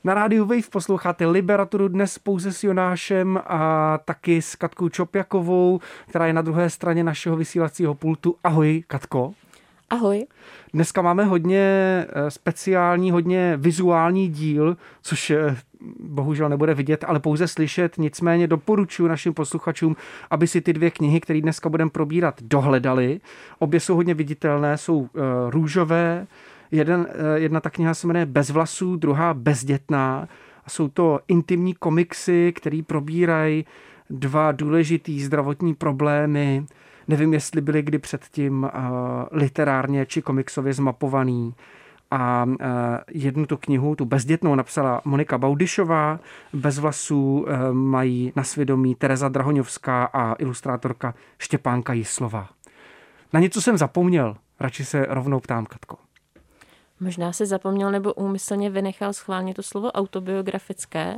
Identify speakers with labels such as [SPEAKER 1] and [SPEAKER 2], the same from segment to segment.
[SPEAKER 1] Na rádiu Wave posloucháte Liberaturu dnes pouze s Jonášem a taky s Katkou Čopjakovou, která je na druhé straně našeho vysílacího pultu. Ahoj, Katko.
[SPEAKER 2] Ahoj.
[SPEAKER 1] Dneska máme hodně speciální, hodně vizuální díl, což bohužel nebude vidět, ale pouze slyšet. Nicméně doporučuji našim posluchačům, aby si ty dvě knihy, které dneska budeme probírat, dohledali. Obě jsou hodně viditelné, jsou růžové. Jedna ta kniha se jmenuje Bez vlasů, druhá Bezdětná. A jsou to intimní komiksy, které probírají dva důležitý zdravotní problémy. Nevím, jestli byly kdy předtím literárně či komiksově zmapovaný. A jednu tu knihu, tu Bezdětnou, napsala Monika Baudyšová. Bez vlasů mají na svědomí Tereza Drahoňovská a ilustrátorka Štěpánka Jislová. Na něco jsem zapomněl, radši se rovnou ptám, Katko.
[SPEAKER 2] Možná si zapomněl nebo úmyslně vynechal schválně to slovo autobiografické.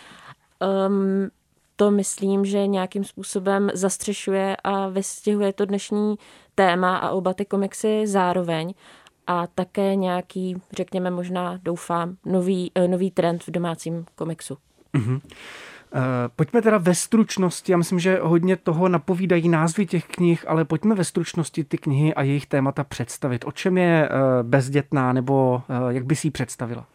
[SPEAKER 2] To myslím, že nějakým způsobem zastřešuje a vystihuje to dnešní téma a oba ty komiksy zároveň. A také nějaký, řekněme možná, doufám, nový trend v domácím komiksu.
[SPEAKER 1] Mm-hmm. Pojďme teda ve stručnosti, já myslím, že hodně toho napovídají názvy těch knih, ale pojďme ve stručnosti ty knihy a jejich témata představit. O čem je Bezdětná, nebo jak bys ji představila?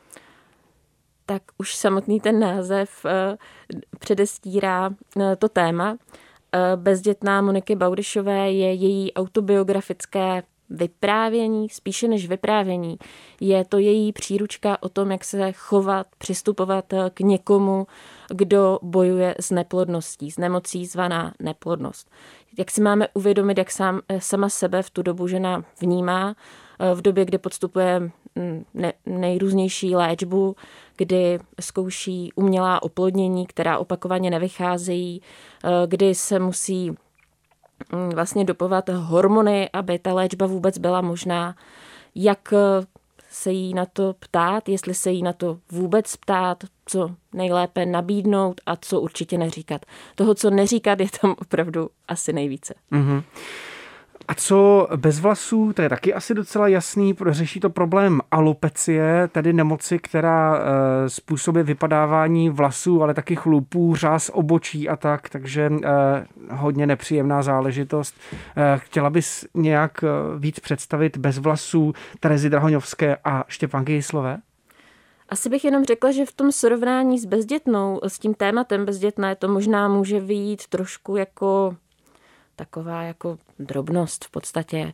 [SPEAKER 2] Tak už samotný ten název předestírá to téma. Bezdětná Moniky Baudyšové je její autobiografické vyprávění, spíše než vyprávění. Je to její příručka o tom, jak se chovat, přistupovat k někomu, kdo bojuje s neplodností, s nemocí zvaná neplodnost. Jak si máme uvědomit, jak sama sebe v tu dobu žena vnímá, v době, kdy podstupuje nejrůznější léčbu, kdy zkouší umělá oplodnění, která opakovaně nevycházejí, kdy se musí vlastně dopovat hormony, aby ta léčba vůbec byla možná, jak se jí na to ptát, jestli se jí na to vůbec ptát, co nejlépe nabídnout a co určitě neříkat. Toho, co neříkat, je tam opravdu asi nejvíce.
[SPEAKER 1] Mm-hmm. A co bez vlasů, to je taky asi docela jasný, řeší to problém alopecie, tedy nemoci, která způsobuje vypadávání vlasů, ale taky chlupů, řas obočí a tak, takže hodně nepříjemná záležitost. Chtěla bys nějak víc představit bez vlasů Terezy Drahoňovské a Štěpánky Jislové?
[SPEAKER 2] Asi bych jenom řekla, že v tom srovnání s Bezdětnou, s tím tématem Bezdětné, to možná může vyjít trošku jako taková jako drobnost v podstatě.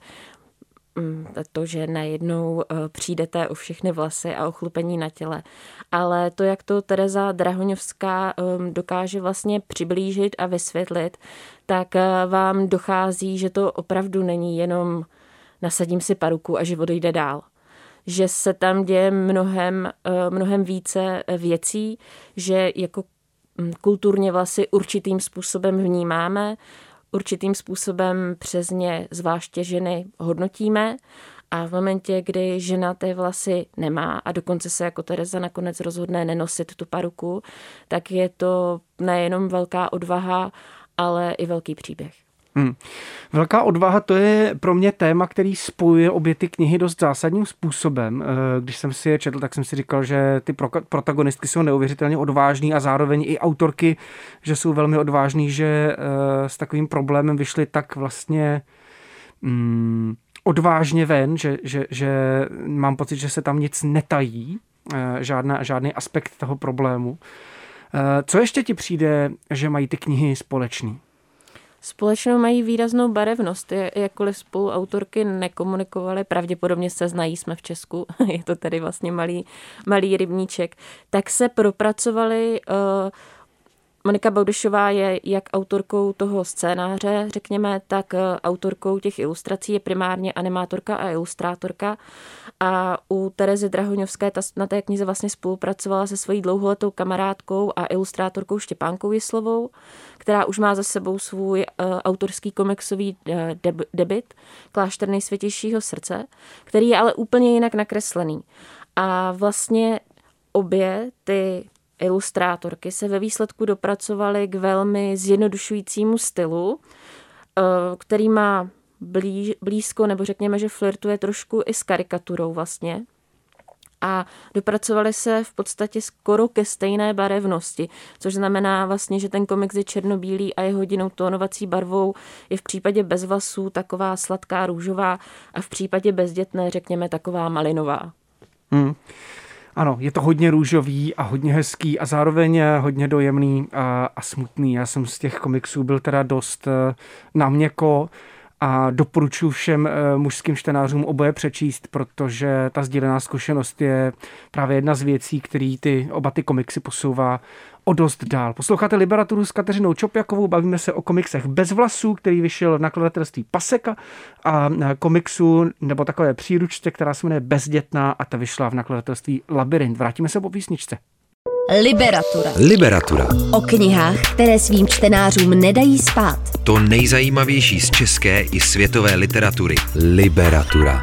[SPEAKER 2] To, že najednou přijdete o všechny vlasy a o chlupení na těle. Ale to, jak to Tereza Drahoňovská dokáže vlastně přiblížit a vysvětlit, tak vám dochází, že to opravdu není jenom nasadím si paruku a život jde dál. Že se tam děje mnohem více věcí, že jako kulturně vlasy určitým způsobem vnímáme, určitým způsobem přes ně zvláště ženy hodnotíme a v momentě, kdy žena ty vlasy nemá a dokonce se jako Tereza nakonec rozhodne nenosit tu paruku, tak je to nejenom velká odvaha, ale i velký příběh.
[SPEAKER 1] Velká odvaha, to je pro mě téma, který spojuje obě ty knihy dost zásadním způsobem. Když jsem si je četl, tak jsem si říkal, že ty protagonistky jsou neuvěřitelně odvážný a zároveň i autorky, že jsou velmi odvážný, že s takovým problémem vyšly tak vlastně odvážně ven, že mám pocit, že se tam nic netají, žádný aspekt toho problému. Co ještě ti přijde, že mají ty knihy společný?
[SPEAKER 2] Společnou mají výraznou barevnost, jakkoliv spolu autorky nekomunikovaly, pravděpodobně se znají, jsme v Česku, je to tedy vlastně malý rybníček, tak se propracovali. Monika Baudyšová je jak autorkou toho scénáře, řekněme, tak autorkou těch ilustrací, je primárně animátorka a ilustrátorka. A u Terezy Drahoňovské na té knize vlastně spolupracovala se svojí dlouholetou kamarádkou a ilustrátorkou Štěpánkou Jislovou, která už má za sebou svůj autorský komiksový debut Klášter Nejsvětějšího srdce, který je ale úplně jinak nakreslený. A vlastně obě ty ilustrátorky se ve výsledku dopracovaly k velmi zjednodušujícímu stylu, který má blízko, nebo řekněme, že flirtuje trošku i s karikaturou vlastně. a dopracovali se v podstatě skoro ke stejné barevnosti, což znamená vlastně, že ten komiks je černobílý a jeho jedinou tónovací barvou je v případě Bez vlasů taková sladká růžová a v případě Bezdětné, řekněme, taková malinová.
[SPEAKER 1] Ano, je to hodně růžový a hodně hezký a zároveň hodně dojemný a smutný. Já jsem z těch komiksů byl teda dost na měko a doporučuji všem mužským čtenářům oboje přečíst, protože ta sdílená zkušenost je právě jedna z věcí, který oba ty komiksy posouvá o dost dál. Posloucháte Liberaturu s Kateřinou Čopjakovou, bavíme se o komiksech Bez vlasů, který vyšel v nakladatelství Paseka a komiksu nebo takové příručce, která se jmenuje Bezdětná a ta vyšla v nakladatelství Labyrint. Vrátíme se po písničce.
[SPEAKER 3] Liberatura.
[SPEAKER 4] O knihách, které svým čtenářům nedají spát.
[SPEAKER 3] To nejzajímavější z české i světové literatury. Liberatura.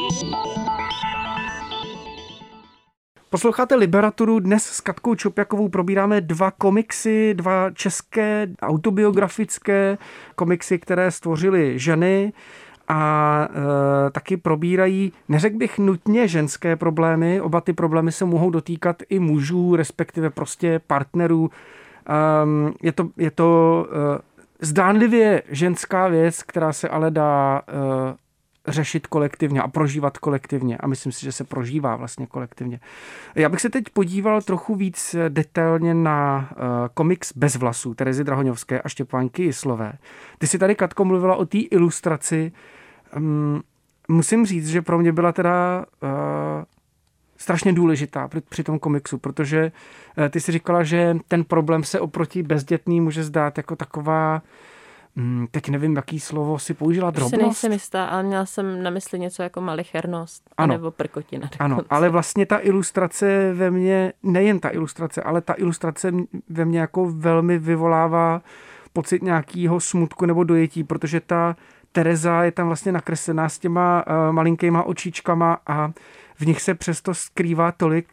[SPEAKER 1] Posloucháte Liberaturu, dnes s Katkou Čopjakovou probíráme 2 komiksy, 2 české autobiografické komiksy, které stvořily ženy a taky probírají, neřekl bych nutně ženské problémy, oba ty problémy se mohou dotýkat i mužů, respektive prostě partnerů. Je to zdánlivě ženská věc, která se ale dá řešit kolektivně a prožívat kolektivně. A myslím si, že se prožívá vlastně kolektivně. Já bych se teď podíval trochu víc detailně na komiks Bez vlasů Terezy Drahoňovské a Štěpánky Jislové. Ty si tady, Katko, mluvila o té ilustraci. Musím říct, že pro mě byla teda strašně důležitá při tom komiksu, protože ty si říkala, že ten problém se oproti Bezdětný může zdát jako taková, teď nevím, jaký slovo si použila, drobnost.
[SPEAKER 2] Si nejsem jistá, ale měla jsem na mysli něco jako malichernost, nebo prkotina. Dokonce.
[SPEAKER 1] Ano, ale vlastně ta ilustrace ve mně, nejen ta ilustrace, ale ta ilustrace ve mně jako velmi vyvolává pocit nějakého smutku nebo dojetí, protože ta Tereza je tam vlastně nakreslená s těma malinkýma očičkama a v nich se přesto skrývá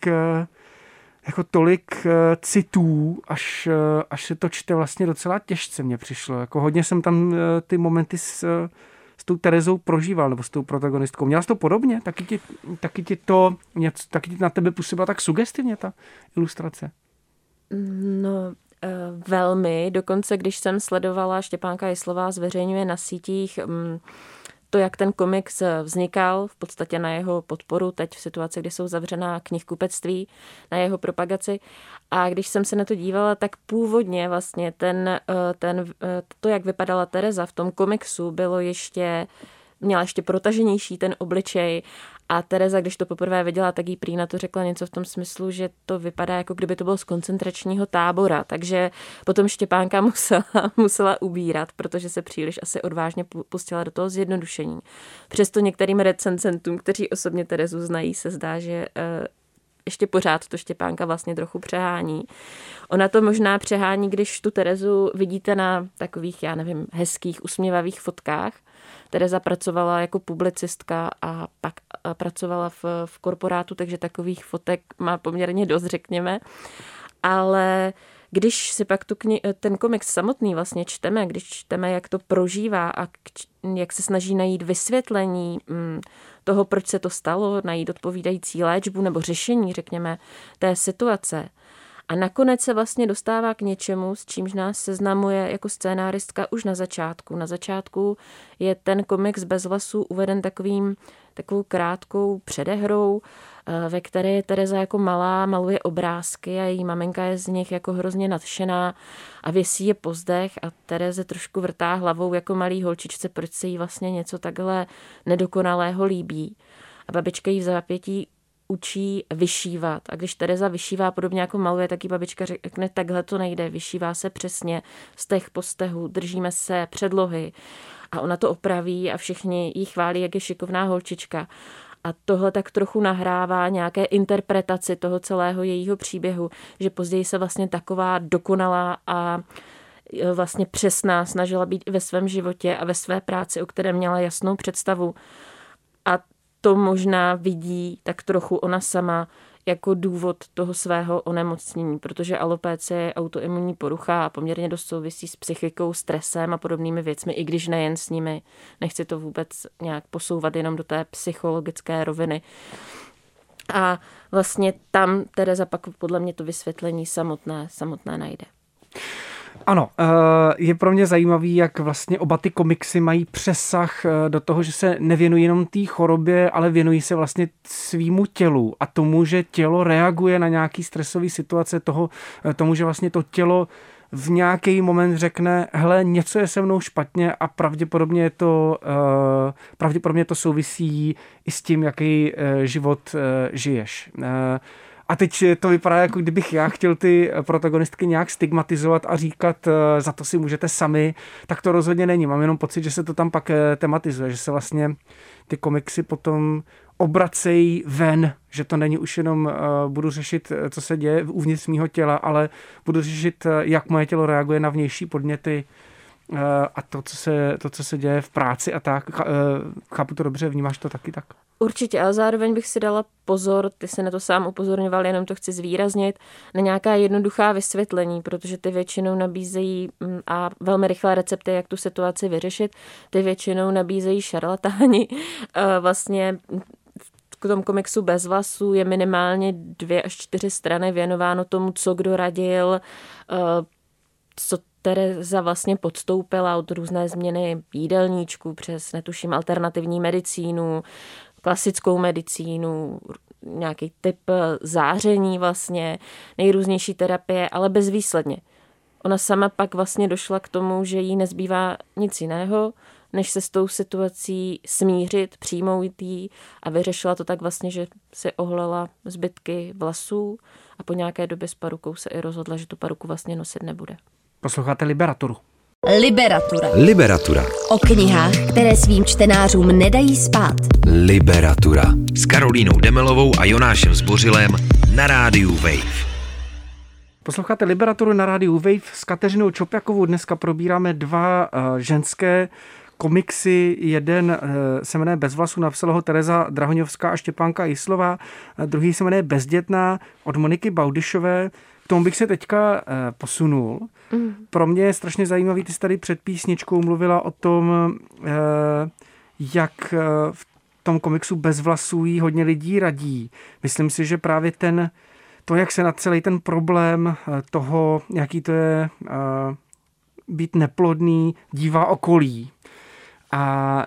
[SPEAKER 1] tolik citů, až se to čte vlastně docela těžce mně přišlo. Jako hodně jsem tam ty momenty s tou Terezou prožíval, nebo s tou protagonistkou. Měla jsi to podobně? Taky ti na tebe působila tak sugestivně ta ilustrace?
[SPEAKER 2] No, velmi. Dokonce, když jsem sledovala, Štěpánka Jislová zveřejňuje na sítích to, jak ten komiks vznikal, v podstatě na jeho podporu, teď v situaci, kdy jsou zavřená knihkupectví, na jeho propagaci. A když jsem se na to dívala, tak původně vlastně to, jak vypadala Tereza v tom komiksu, měla ještě protaženější ten obličej a Tereza, když to poprvé viděla, tak jí prý na to řekla něco v tom smyslu, že to vypadá, jako kdyby to bylo z koncentračního tábora, takže potom Štěpánka musela ubírat, protože se příliš asi odvážně pustila do toho zjednodušení. Přesto některým recenzentům, kteří osobně Terezu znají, se zdá, že ještě pořád to Štěpánka vlastně trochu přehání. Ona to možná přehání, když tu Terezu vidíte na takových, já nevím, hezkých, usměvavých fotkách. Tereza pracovala jako publicistka a pak pracovala v korporátu, takže takových fotek má poměrně dost, řekněme. Ale když si pak ten komiks samotný vlastně čteme, když čteme, jak to prožívá a jak se snaží najít vysvětlení toho, proč se to stalo, najít odpovídající léčbu nebo řešení, řekněme, té situace. A nakonec se vlastně dostává k něčemu, s čímž nás seznamuje jako scénáristka už na začátku. Na začátku je ten komiks Bez vlasů uveden takovou krátkou předehrou, ve které je Tereza jako malá, maluje obrázky a její maminka je z nich jako hrozně nadšená a věsí je po zdech a Tereze trošku vrtá hlavou jako malý holčičce, proč se jí vlastně něco takhle nedokonalého líbí. A babička jí v zápětí učí vyšívat. A když Tereza vyšívá podobně jako maluje, tak jí babička řekne, takhle to nejde, vyšívá se přesně, steh po stehu, držíme se předlohy. A ona to opraví a všichni jí chválí, jak je šikovná holčička. A tohle tak trochu nahrává nějaké interpretaci toho celého jejího příběhu, že později se vlastně taková dokonalá a vlastně přesná snažila být i ve svém životě a ve své práci, o které měla jasnou představu. A to možná vidí tak trochu ona sama jako důvod toho svého onemocnění, protože alopécie je autoimunní porucha a poměrně dost souvisí s psychikou, stresem a podobnými věcmi, i když nejen s nimi. Nechci to vůbec nějak posouvat jenom do té psychologické roviny. A vlastně tam Tereza pak podle mě to vysvětlení samotné najde.
[SPEAKER 1] Ano, je pro mě zajímavý, jak vlastně oba ty komiksy mají přesah do toho, že se nevěnují jenom té chorobě, ale věnují se vlastně svýmu tělu a tomu, že tělo reaguje na nějaký stresový situace, tomu, že vlastně to tělo v nějaký moment řekne, hele, něco je se mnou špatně a pravděpodobně to souvisí i s tím, jaký život žiješ. A teď to vypadá, jako kdybych já chtěl ty protagonistky nějak stigmatizovat a říkat, za to si můžete sami, tak to rozhodně není. Mám jenom pocit, že se to tam pak tematizuje, že se vlastně ty komiksy potom obracejí ven, že to není už jenom budu řešit, co se děje uvnitř mýho těla, ale budu řešit, jak moje tělo reaguje na vnější podněty a to, co se děje v práci a tak. Chápu to dobře, vnímáš to taky tak?
[SPEAKER 2] Určitě, ale zároveň bych si dala pozor, ty se na to sám upozorňoval, jenom to chci zvýraznit, na nějaká jednoduchá vysvětlení, protože ty většinou nabízejí a velmi rychlé recepty, jak tu situaci vyřešit, ty většinou nabízejí šarlatáni. Vlastně v tom komiksu Bez vlasů je minimálně 2 až 4 strany věnováno tomu, co kdo radil, co Tereza vlastně podstoupila od různé změny jídelníčku přes, netuším, alternativní medicínu, klasickou medicínu, nějaký typ záření vlastně, nejrůznější terapie, ale bezvýsledně. Ona sama pak vlastně došla k tomu, že jí nezbývá nic jiného, než se s tou situací smířit, přijmout jí a vyřešila to tak vlastně, že si oholela zbytky vlasů a po nějaké době s parukou se i rozhodla, že tu paruku vlastně nosit nebude.
[SPEAKER 1] Posloucháte Liberaturu.
[SPEAKER 3] Liberatura.
[SPEAKER 4] O knihách, které svým čtenářům nedají spát.
[SPEAKER 3] Liberatura. S Karolínou Demelovou a Jonášem Zbořilem na rádiu Wave.
[SPEAKER 1] Posloucháte Liberaturu na rádiu Wave s Kateřinou Čopjakovou. Dneska probíráme 2 ženské komiksy. Jeden se jmenuje Bez vlasů, napsala ho Tereza Drahoňovská a Štěpánka Jislová. Druhý se jmenuje Bezdětná od Moniky Baudyšové. K tomu bych se teďka posunul. Pro mě je strašně zajímavý, ty jsi tady před písničkou mluvila o tom, jak v tom komiksu Bez vlasů jí hodně lidí radí. Myslím si, že právě to, jak se na celý ten problém toho, jaký to je být neplodný, dívá okolí. A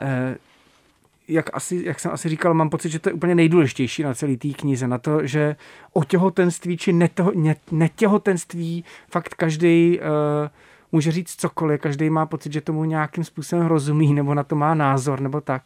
[SPEAKER 1] jak jsem asi říkal, mám pocit, že to je úplně nejdůležitější na celý té knize, na to, že o těhotenství či netěhotenství fakt každý může říct cokoliv, každý má pocit, že tomu nějakým způsobem rozumí, nebo na to má názor, nebo tak.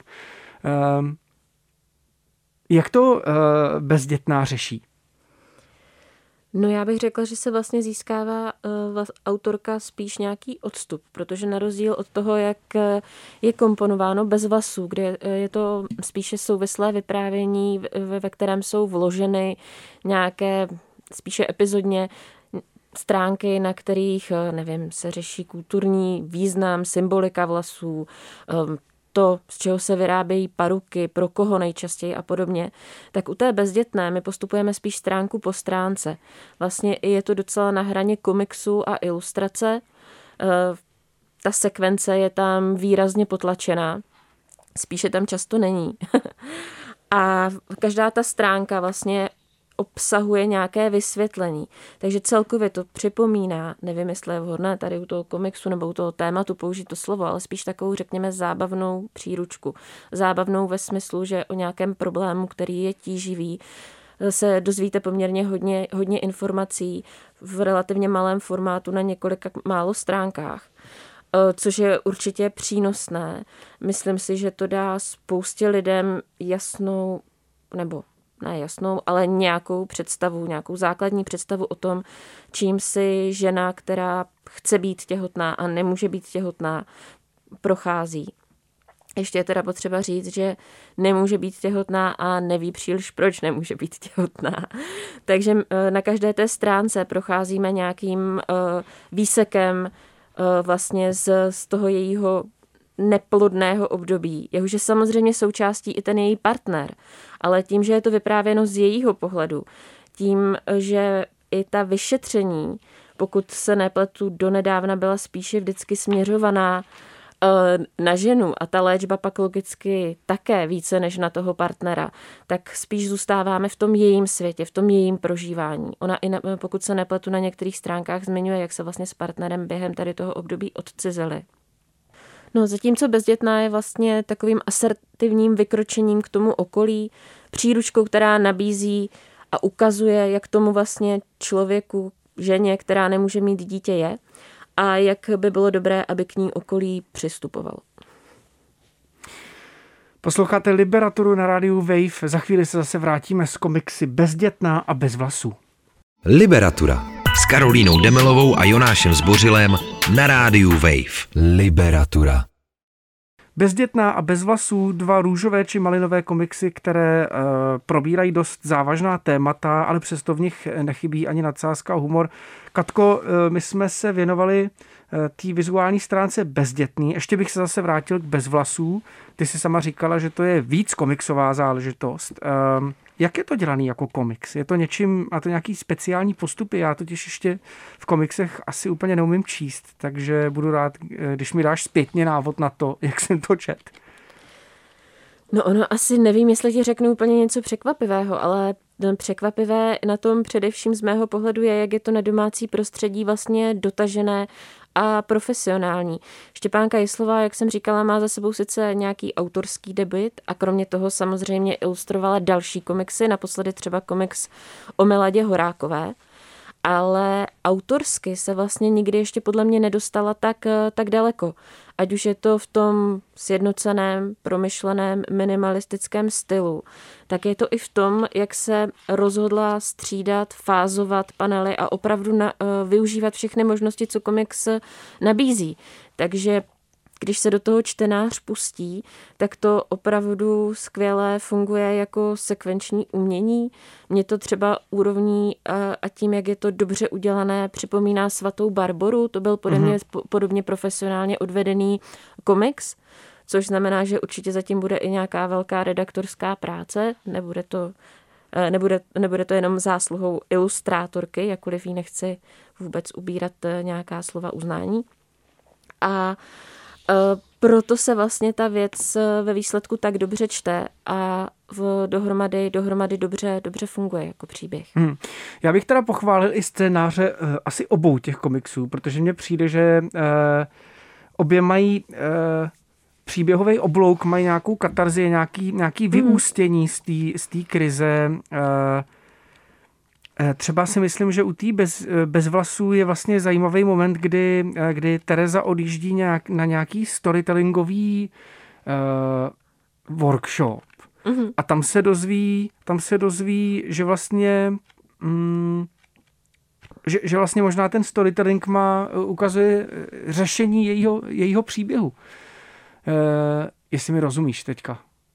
[SPEAKER 1] Jak to Bezdětná řeší?
[SPEAKER 2] No já bych řekla, že se vlastně získává autorka spíš nějaký odstup, protože na rozdíl od toho, jak je komponováno Bez vlasů, kde je to spíše souvislé vyprávění, ve kterém jsou vloženy nějaké spíše epizodně stránky, na kterých, nevím, se řeší kulturní význam, symbolika vlasů, to, z čeho se vyrábějí paruky, pro koho nejčastěji a podobně, tak u té Bezdětné my postupujeme spíš stránku po stránce. Vlastně je to docela na hraně komiksu a ilustrace. Ta sekvence je tam výrazně potlačená, spíše tam často není. A každá ta stránka vlastně obsahuje nějaké vysvětlení. Takže celkově to připomíná, nevím, jestli je vhodné tady u toho komiksu nebo u toho tématu použít to slovo, ale spíš takovou, řekněme, zábavnou příručku. Zábavnou ve smyslu, že o nějakém problému, který je tíživý, se dozvíte poměrně hodně informací v relativně malém formátu na několika málo stránkách, což je určitě přínosné. Myslím si, že to dá spoustě lidem jasnou, nebo ne jasnou, ale nějakou představu, nějakou základní představu o tom, čím si žena, která chce být těhotná a nemůže být těhotná, prochází. Ještě je teda potřeba říct, že nemůže být těhotná a neví příliš, proč nemůže být těhotná. Takže na každé té stránce procházíme nějakým výsekem vlastně z toho jejího neplodného období. Jehož je samozřejmě součástí i ten její partner, ale tím, že je to vyprávěno z jejího pohledu, tím, že i ta vyšetření, pokud se nepletu, donedávna byla spíše vždycky směřovaná na ženu a ta léčba pak logicky také více než na toho partnera, tak spíš zůstáváme v tom jejím světě, v tom jejím prožívání. Ona pokud se nepletu, na některých stránkách zmiňuje, jak se vlastně s partnerem během tady toho období odcizili. No, zatímco bezdětná je vlastně takovým asertivním vykročením k tomu okolí, příručkou, která nabízí a ukazuje, jak tomu vlastně člověku, ženě, která nemůže mít dítě, je a jak by bylo dobré, aby k ní okolí přistupoval.
[SPEAKER 1] Posloucháte Liberaturu na rádiu Wave. Za chvíli se zase vrátíme s komiksy Bezdětná a bez vlasů.
[SPEAKER 3] Liberatura s Karolínou Demelovou a Jonášem Zbořilem na rádiu Wave. Liberatura.
[SPEAKER 1] Bezdětná a bez vlasů, 2 růžové či malinové komiksy, které probírají dost závažná témata, ale přesto v nich nechybí ani nadsázka a humor. Katko, my jsme se věnovali té vizuální stránce Bezdětný. Ještě bych se zase vrátil k Bez vlasů. Ty jsi sama říkala, že to je víc komiksová záležitost. Jak je to dělaný jako komiks? Je to něčím, má to nějaký speciální postupy? Já totiž ještě v komiksech asi úplně neumím číst, takže budu rád, když mi dáš zpětně návod na to, jak jsem to čet.
[SPEAKER 2] No ono asi nevím, jestli ti řeknu úplně něco překvapivého, ale překvapivé na tom především z mého pohledu je, jak je to na domácí prostředí vlastně dotažené a profesionální. Štěpánka Jislová, jak jsem říkala, má za sebou sice nějaký autorský debut a kromě toho samozřejmě ilustrovala další komiksy, naposledy třeba komiks o Miladě Horákové, ale autorsky se vlastně nikdy ještě podle mě nedostala tak daleko. Ať už je to v tom sjednoceném, promyšleném, minimalistickém stylu, tak je to i v tom, jak se rozhodla střídat, fázovat panely a opravdu využívat všechny možnosti, co komiks nabízí. Takže když se do toho čtenář pustí, tak to opravdu skvěle funguje jako sekvenční umění. Mně to třeba úrovní a tím, jak je to dobře udělané, připomíná Svatou Barboru. To byl podobně profesionálně odvedený komiks, což znamená, že určitě zatím bude i nějaká velká redaktorská práce. Nebude to jenom zásluhou ilustrátorky, jakkoliv jí nechci vůbec ubírat nějaká slova uznání. A proto se vlastně ta věc ve výsledku tak dobře čte a dohromady dobře funguje jako příběh.
[SPEAKER 1] Já bych teda pochválil i scénáře asi obou těch komiksů, protože mně přijde, že obě mají příběhový oblouk, mají nějakou katarzi, nějaký vyústění z té krize. Třeba si myslím, že u té bez vlasů je vlastně zajímavý moment, kdy Tereza odjíždí na nějaký storytellingový workshop. A tam se dozví, že vlastně že vlastně možná ten storytelling ukazuje řešení jejího příběhu. Jestli mi rozumíš teďka.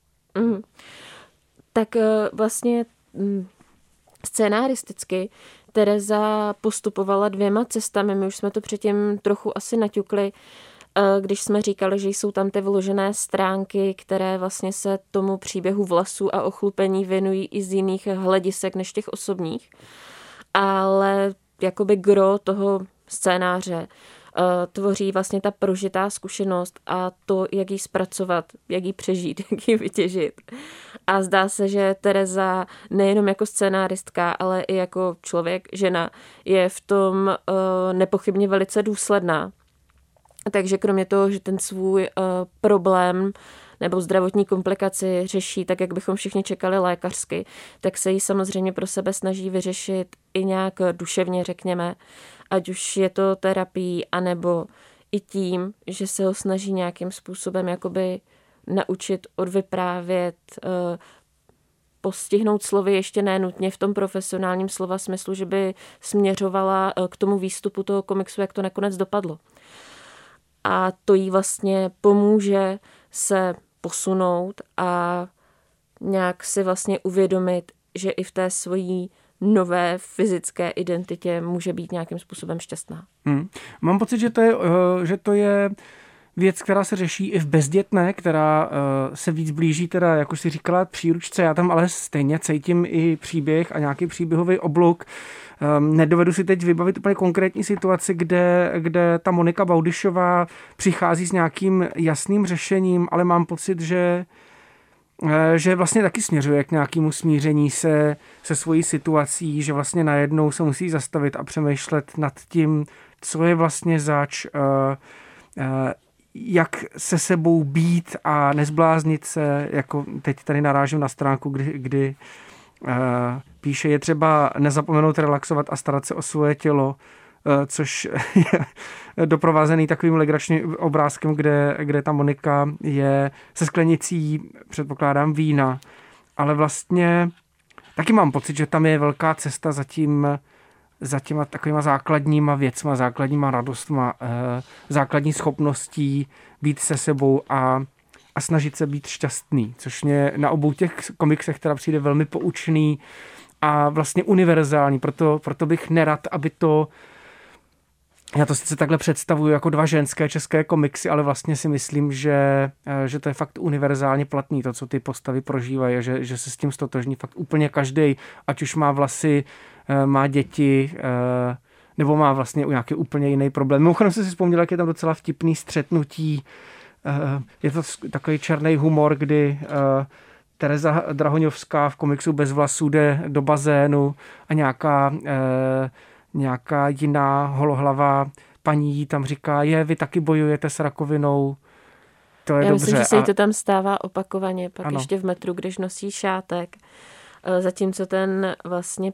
[SPEAKER 2] Tak vlastně scénaristicky Tereza postupovala 2 cestami. My už jsme to předtím trochu asi naťukli, když jsme říkali, že jsou tam ty vložené stránky, které vlastně se tomu příběhu vlasů a ochlupení věnují i z jiných hledisek než těch osobních. Ale jakoby gro toho scénáře tvoří vlastně ta prožitá zkušenost a to, jak ji zpracovat, jak ji přežít, jak ji vytěžit. A zdá se, že Tereza nejenom jako scénáristka, ale i jako člověk, žena, je v tom nepochybně velice důsledná. Takže kromě toho, že ten svůj problém nebo zdravotní komplikaci řeší tak, jak bychom všichni čekali lékařsky, tak se ji samozřejmě pro sebe snaží vyřešit i nějak duševně, řekněme, ať už je to terapií, anebo i tím, že se ho snaží nějakým způsobem jakoby naučit odvyprávět, postihnout slovy ještě ne nutně v tom profesionálním slova smyslu, že by směřovala k tomu výstupu toho komiksu, jak to nakonec dopadlo. A to jí vlastně pomůže se posunout a nějak si vlastně uvědomit, že i v té svojí nové fyzické identitě může být nějakým způsobem šťastná.
[SPEAKER 1] Mám pocit, že to je věc, která se řeší i v Bezdětné, která se víc blíží teda, jako si říkala, příručce. Já tam ale stejně cítím i příběh a nějaký příběhový oblouk Nedovedu si teď vybavit úplně konkrétní situaci, kde ta Monika Baudyšová přichází s nějakým jasným řešením, ale mám pocit, že vlastně taky směřuje k nějakému smíření se svojí situací, že vlastně najednou se musí zastavit a přemýšlet nad tím, co je vlastně zač, jak se sebou být a nezbláznit se, jako teď tady narážím na stránku, kdy píše, je třeba nezapomenout relaxovat a starat se o svoje tělo, což je doprovázený takovým legračním obrázkem, kde ta Monika je se sklenicí, předpokládám, vína, ale vlastně taky mám pocit, že tam je velká cesta za těma takovýma základníma věcma, základníma radostma, základní schopností být se sebou a snažit se být šťastný, což mě na obou těch komiksech teda přijde velmi poučný a vlastně univerzální, proto bych nerad, aby to, já to sice takhle představuju jako dva ženské české komiksy, ale vlastně si myslím, že to je fakt univerzálně platný, to, co ty postavy prožívají, že se s tím stotožní fakt úplně každej, ať už má vlasy, má děti, nebo má vlastně nějaký úplně jiný problém. Mimochodem jsem si vzpomněl, jak je tam docela vtipný střetnutí. Je to takový černý humor, kdy Tereza Drahoňovská v komiksu Bez vlasů jde do bazénu a nějaká jiná holohlavá paní jí tam říká, vy taky bojujete s rakovinou. To je
[SPEAKER 2] Já
[SPEAKER 1] dobře.
[SPEAKER 2] myslím, že se jí to tam stává opakovaně, pak
[SPEAKER 1] ano.
[SPEAKER 2] ještě v metru, když nosí šátek. Zatímco ten vlastně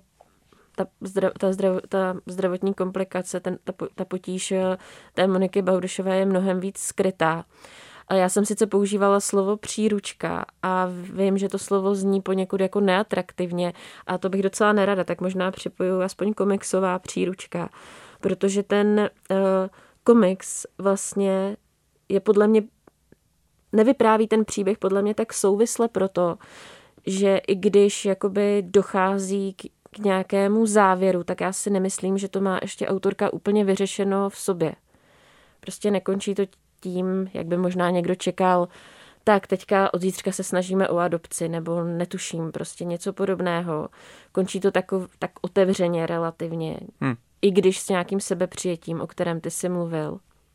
[SPEAKER 2] ta zdravotní komplikace, ta potíž té Moniky Baudyšové je mnohem víc skrytá. A já jsem sice používala slovo příručka a vím, že to slovo zní poněkud jako neatraktivně a to bych docela nerada, tak možná připoju aspoň komiksová příručka, protože ten komiks vlastně je podle mě, nevypráví ten příběh podle mě tak souvisle proto, že i když jakoby dochází k nějakému závěru, tak já si nemyslím, že to má ještě autorka úplně vyřešeno v sobě. Prostě nekončí to tím, jak by možná někdo čekal, tak teďka od zítřka se snažíme o adopci, nebo netuším, prostě něco podobného. Končí to tak otevřeně relativně, i když s nějakým sebepřijetím, o kterém ty jsi mluvil.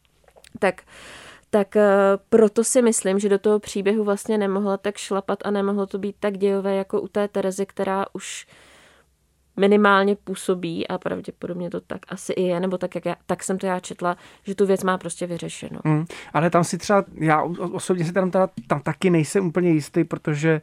[SPEAKER 2] Tak proto si myslím, že do toho příběhu vlastně nemohla tak šlapat a nemohlo to být tak dějové jako u té Terezy, která už minimálně působí a pravděpodobně to tak asi i je, nebo tak jsem to já četla, že tu věc má prostě vyřešeno.
[SPEAKER 1] Ale tam si třeba, já osobně si tam taky nejsem úplně jistý, protože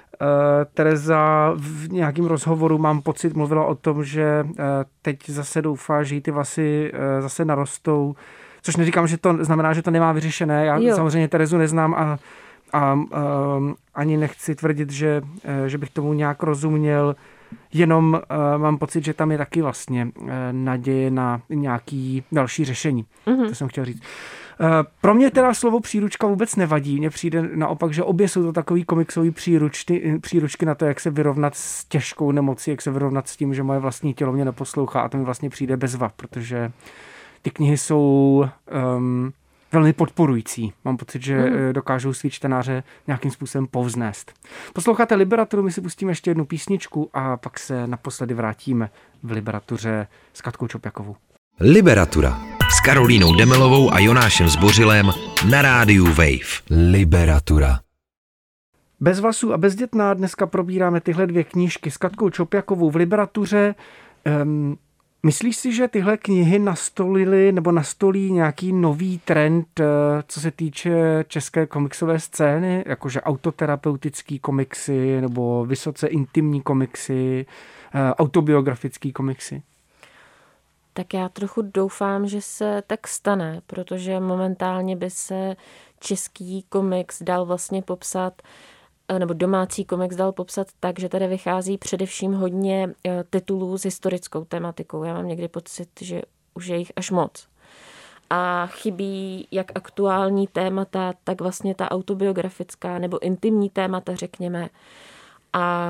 [SPEAKER 1] Tereza v nějakém rozhovoru, mám pocit, mluvila o tom, že teď zase doufá, že jí ty vlasy zase narostou, což neříkám, že to znamená, že to nemá vyřešené. Já samozřejmě Terezu neznám a ani nechci tvrdit, že bych tomu nějak rozuměl. Jenom mám pocit, že tam je taky vlastně naděje na nějaký další řešení. To jsem chtěl říct. Pro mě teda slovo příručka vůbec nevadí. Mně přijde naopak, že obě jsou to takový komiksový příručky na to, jak se vyrovnat s těžkou nemocí, jak se vyrovnat s tím, že moje vlastní tělo mě neposlouchá a to mi vlastně přijde bezva, protože ty knihy jsou velmi podporující. Mám pocit, že dokážou svý čtenáře nějakým způsobem povznést. Posloucháte Liberaturu, my si pustíme ještě jednu písničku a pak se naposledy vrátíme v Liberatuře s Katkou Čopjakovou.
[SPEAKER 3] Liberatura s Karolínou Demelovou a Jonášem Zbořilem na rádiu Wave. Liberatura.
[SPEAKER 1] Bez vlasů a bezdětná dneska probíráme tyhle dvě knížky s Katkou Čopjakovou v Liberatuře. Myslíš si, že tyhle knihy nastolí nějaký nový trend, co se týče české komiksové scény, jakože autoterapeutický komiksy nebo vysoce intimní komiksy, autobiografický komiksy?
[SPEAKER 2] Tak já trochu doufám, že se tak stane, protože momentálně by se český komiks dal vlastně popsat, nebo domácí komiks dal popsat tak, že tady vychází především hodně titulů s historickou tematikou. Já mám někdy pocit, že už je jich až moc. A chybí jak aktuální témata, tak vlastně ta autobiografická nebo intimní témata, řekněme. A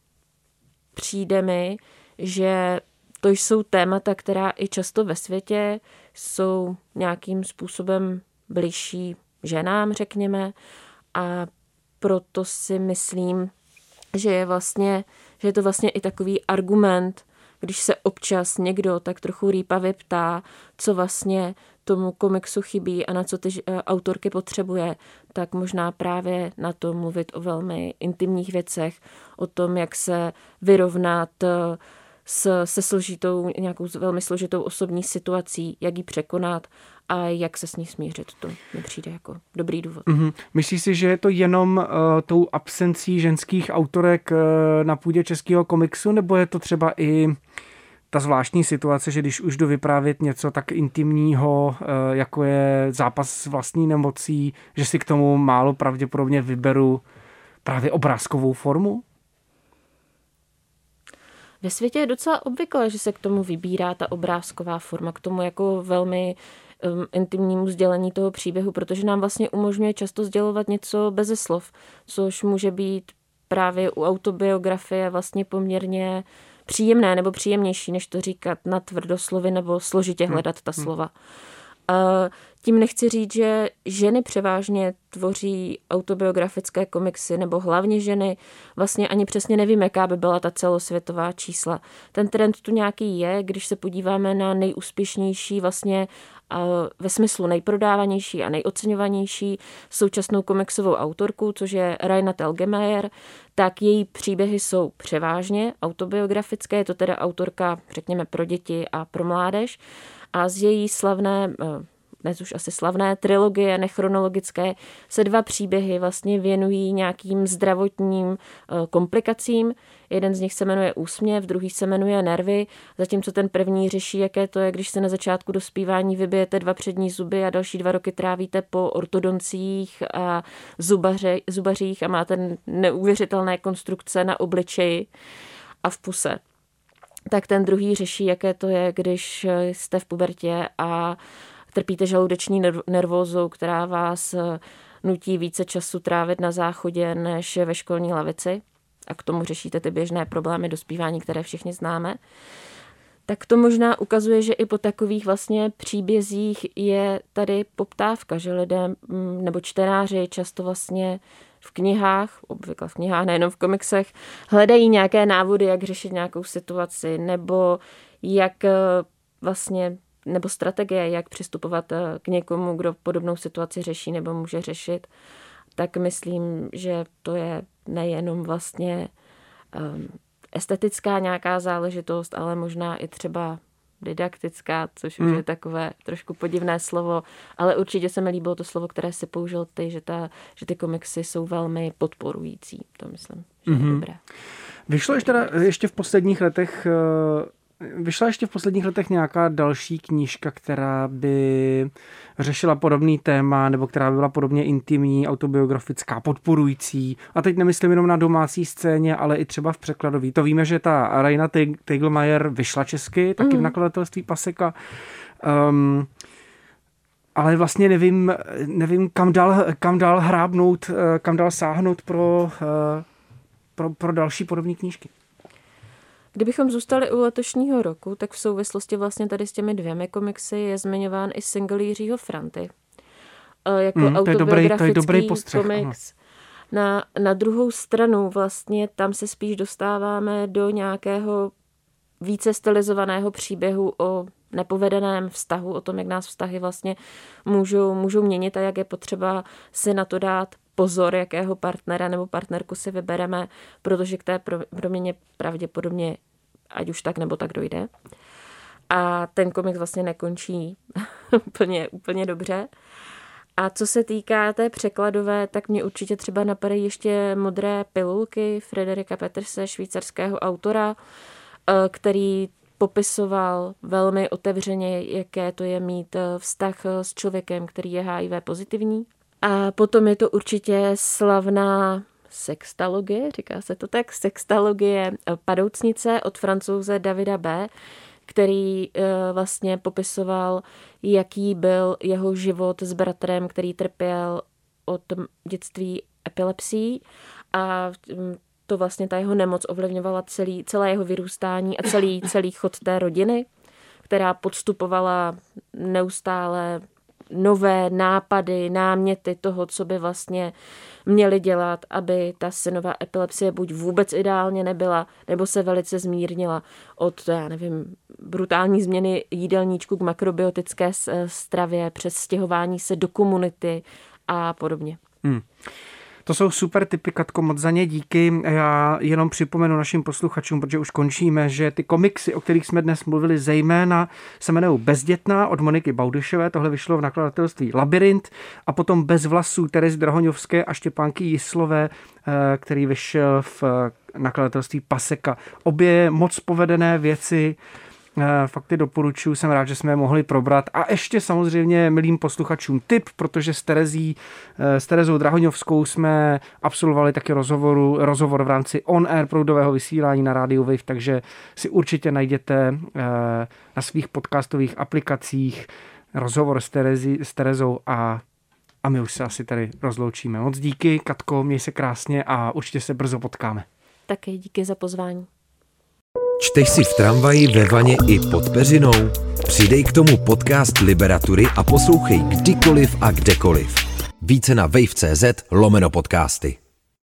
[SPEAKER 2] přijde mi, že to jsou témata, která i často ve světě jsou nějakým způsobem bližší ženám, řekněme. A proto si myslím, že je to vlastně i takový argument když se občas někdo tak trochu rýpavě ptá, co vlastně tomu komiksu chybí a na co ty autorky potřebuje, tak možná právě na to mluvit o velmi intimních věcech, o tom, jak se vyrovnat se složitou, nějakou velmi složitou osobní situací, jak ji překonat a jak se s ní smířit. To mi přijde jako dobrý důvod.
[SPEAKER 1] Myslíš si, že je to jenom tou absencí ženských autorek na půdě českého komiksu, nebo je to třeba i ta zvláštní situace, že když už jdu vyprávět něco tak intimního, jako je zápas s vlastní nemocí, že si k tomu málo pravděpodobně vyberu právě obrázkovou formu?
[SPEAKER 2] Ve světě je docela obvyklé, že se k tomu vybírá ta obrázková forma, k tomu jako velmi intimnímu sdělení toho příběhu, protože nám vlastně umožňuje často sdělovat něco beze slov, což může být právě u autobiografie vlastně poměrně příjemné nebo příjemnější, než to říkat na tvrdoslovy nebo složitě hledat ta slova. Tím nechci říct, že ženy převážně tvoří autobiografické komiksy, nebo hlavně ženy. Vlastně ani přesně nevím, jaká by byla ta celosvětová čísla. Ten trend tu nějaký je, když se podíváme na nejúspěšnější vlastně ve smyslu nejprodávanější a nejoceňovanější současnou komiksovou autorku, což je Raina Telgemeier, tak její příběhy jsou převážně autobiografické, je to teda autorka, řekněme, pro děti a pro mládež. A z její slavné, dnes už asi slavné trilogie nechronologické se 2 příběhy vlastně věnují nějakým zdravotním komplikacím. Jeden z nich se jmenuje Úsměv, druhý se jmenuje Nervy, zatímco ten první řeší, jaké to je, když se na začátku dospívání vybijete 2 přední zuby a další 2 roky trávíte po ortodoncích a zubařích a máte neuvěřitelné konstrukce na obličeji a v puse. Tak ten druhý řeší, jaké to je, když jste v pubertě a trpíte žaludeční nervózou, která vás nutí více času trávit na záchodě než ve školní lavici. A k tomu řešíte ty běžné problémy dospívání, které všichni známe. Tak to možná ukazuje, že i po takových vlastně příbězích je tady poptávka, že lidé nebo čtenáři často vlastně v knihách, obvykle v knihách, nejenom v komiksech, hledají nějaké návody, jak řešit nějakou situaci, nebo jak vlastně, nebo strategie, jak přistupovat k někomu, kdo podobnou situaci řeší nebo může řešit. Tak myslím, že to je nejenom vlastně estetická nějaká záležitost, ale možná i třeba didaktická, což už je takové trošku podivné slovo, ale určitě se mi líbilo to slovo, které si použil ty, že ty komiksy jsou velmi podporující. To myslím, že je dobré.
[SPEAKER 1] Vyšla ještě v posledních letech nějaká další knížka, která by řešila podobný téma, nebo která by byla podobně intimní, autobiografická, podporující. A teď nemyslím jenom na domácí scéně, ale i třeba v překladový. To víme, že ta Raina Telgemeier vyšla česky, taky v nakladatelství Paseka. Ale vlastně nevím kam dál hrábnout, kam dál sáhnout pro další podobné knížky.
[SPEAKER 2] Kdybychom zůstali u letošního roku, tak v souvislosti vlastně tady s těmi 2 komiksy je zmiňován i single Jiřího Franty. Jako autobiografický komiks. Na druhou stranu vlastně tam se spíš dostáváme do nějakého více stylizovaného příběhu o nepovedeném vztahu, o tom, jak nás vztahy vlastně můžou měnit a jak je potřeba si na to dát pozor, jakého partnera nebo partnerku si vybereme, protože k té proměně pravděpodobně ať už tak nebo tak dojde. A ten komiks vlastně nekončí úplně dobře. A co se týká té překladové, tak mě určitě třeba napadají ještě Modré pilulky Frederika Peterse, švýcarského autora, který popisoval velmi otevřeně, jaké to je mít vztah s člověkem, který je HIV pozitivní. A potom je to určitě slavná sextalogie, říká se to tak, sextalogie Padoucnice od Francouze Davida B., který vlastně popisoval, jaký byl jeho život s bratrem, který trpěl od dětství epilepsií a to vlastně ta jeho nemoc ovlivňovala celé jeho vyrůstání a celý chod té rodiny, která podstupovala neustále nové nápady, náměty toho, co by vlastně měli dělat, aby ta synová epilepsie buď vůbec ideálně nebyla, nebo se velice zmírnila od, já nevím, brutální změny jídelníčku k makrobiotické stravě, přes stěhování se do komunity a podobně.
[SPEAKER 1] To jsou super tipy, Katko, moc za ně díky. Já jenom připomenu našim posluchačům, protože už končíme, že ty komiksy, o kterých jsme dnes mluvili zejména, se jmenují Bezdětná od Moniky Baudyšové, tohle vyšlo v nakladatelství Labyrint, a potom Bez vlasů Terezy Drahoňovské a Štěpánky Jislové, který vyšel v nakladatelství Paseka. Obě moc povedené věci, fakt ty doporučuji, jsem rád, že jsme je mohli probrat. A ještě samozřejmě milým posluchačům tip, protože s Terezou Drahoňovskou jsme absolvovali taky rozhovor v rámci on-air proudového vysílání na rádiu Wave, takže si určitě najděte na svých podcastových aplikacích rozhovor s Terezou a my už se asi tady rozloučíme. Moc díky, Katko, měj se krásně a určitě se brzo potkáme.
[SPEAKER 2] Taky díky za pozvání.
[SPEAKER 3] Čteš si v tramvaji, ve vaně i pod peřinou? Přidej k tomu podcast Liberatury a poslouchej kdykoliv a kdekoliv. Více na wave.cz/podcasty.